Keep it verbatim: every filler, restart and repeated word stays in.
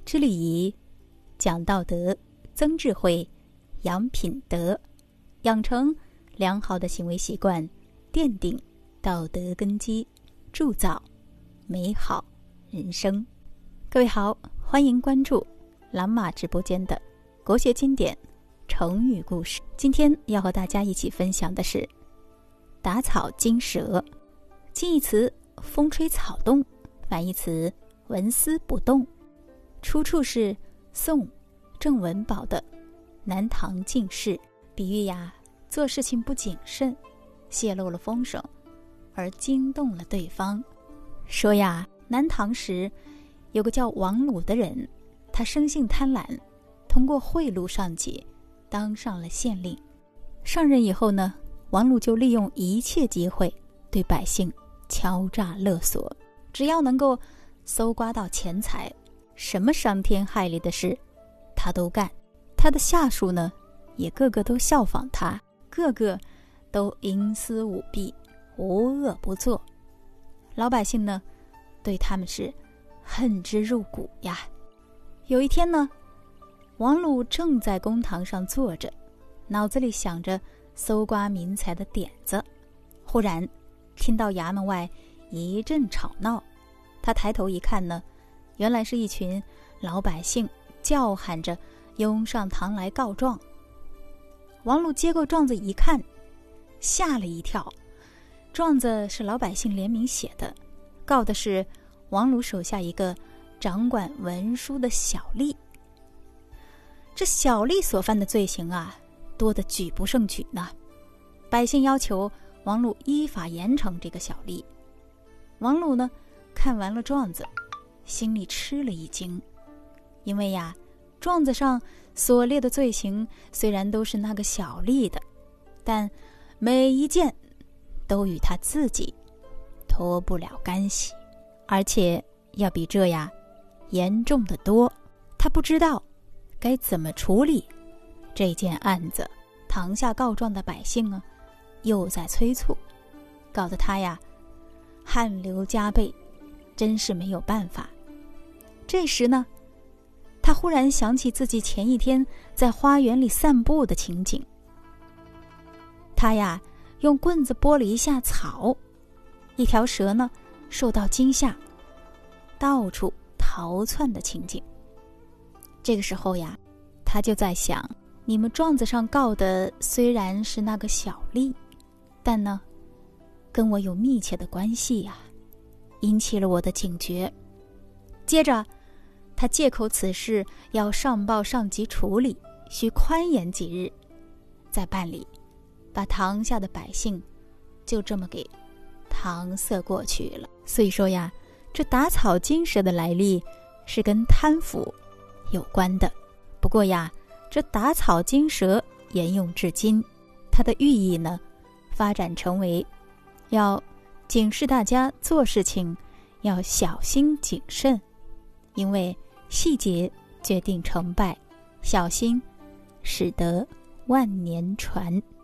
知礼仪，讲道德，增智慧，养品德，养成良好的行为习惯，奠定道德根基，铸造美好人生。各位好，欢迎关注蓝马直播间的国学经典成语故事。今天要和大家一起分享的是打草惊蛇。近义词风吹草动，反义词纹丝不动。出处是宋郑文宝的《南唐进士》，比喻呀做事情不谨慎，泄露了风声，而惊动了对方。说呀，南唐时有个叫王鲁的人，他生性贪婪，通过贿赂上级，当上了县令。上任以后呢，王鲁就利用一切机会对百姓敲诈勒索，只要能够搜刮到钱财，什么伤天害理的事他都干。他的下属呢，也个个都效仿他，个个都营私舞弊，无恶不作。老百姓呢，对他们是恨之入骨呀。有一天呢，王鲁正在公堂上坐着，脑子里想着搜刮民财的点子，忽然听到衙门外一阵吵闹。他抬头一看呢，原来是一群老百姓叫喊着拥上堂来告状。王鲁接过状子一看，吓了一跳。状子是老百姓联名写的，告的是王鲁手下一个掌管文书的小吏。这小吏所犯的罪行啊，多得举不胜举呢。百姓要求王鲁依法严惩这个小吏。王鲁呢，看完了状子，心里吃了一惊，因为呀，状子上所列的罪行虽然都是那个小吏的，但每一件都与他自己脱不了干系，而且要比这呀严重的多。他不知道该怎么处理这件案子。堂下告状的百姓啊，又在催促，搞得他呀汗流浃背，真是没有办法。这时呢，他忽然想起自己前一天在花园里散步的情景。他呀用棍子拨了一下草，一条蛇呢受到惊吓，到处逃窜的情景。这个时候呀，他就在想，你们状子上告的虽然是那个小吏，但呢跟我有密切的关系呀，引起了我的警觉。接着他借口此事要上报上级处理，需宽严几日再办理，把堂下的百姓就这么给搪塞过去了。所以说呀，这打草惊蛇的来历是跟贪腐有关的。不过呀，这打草惊蛇沿用至今，它的寓意呢，发展成为要警示大家做事情要小心谨慎，因为细节决定成败，小心使得万年船。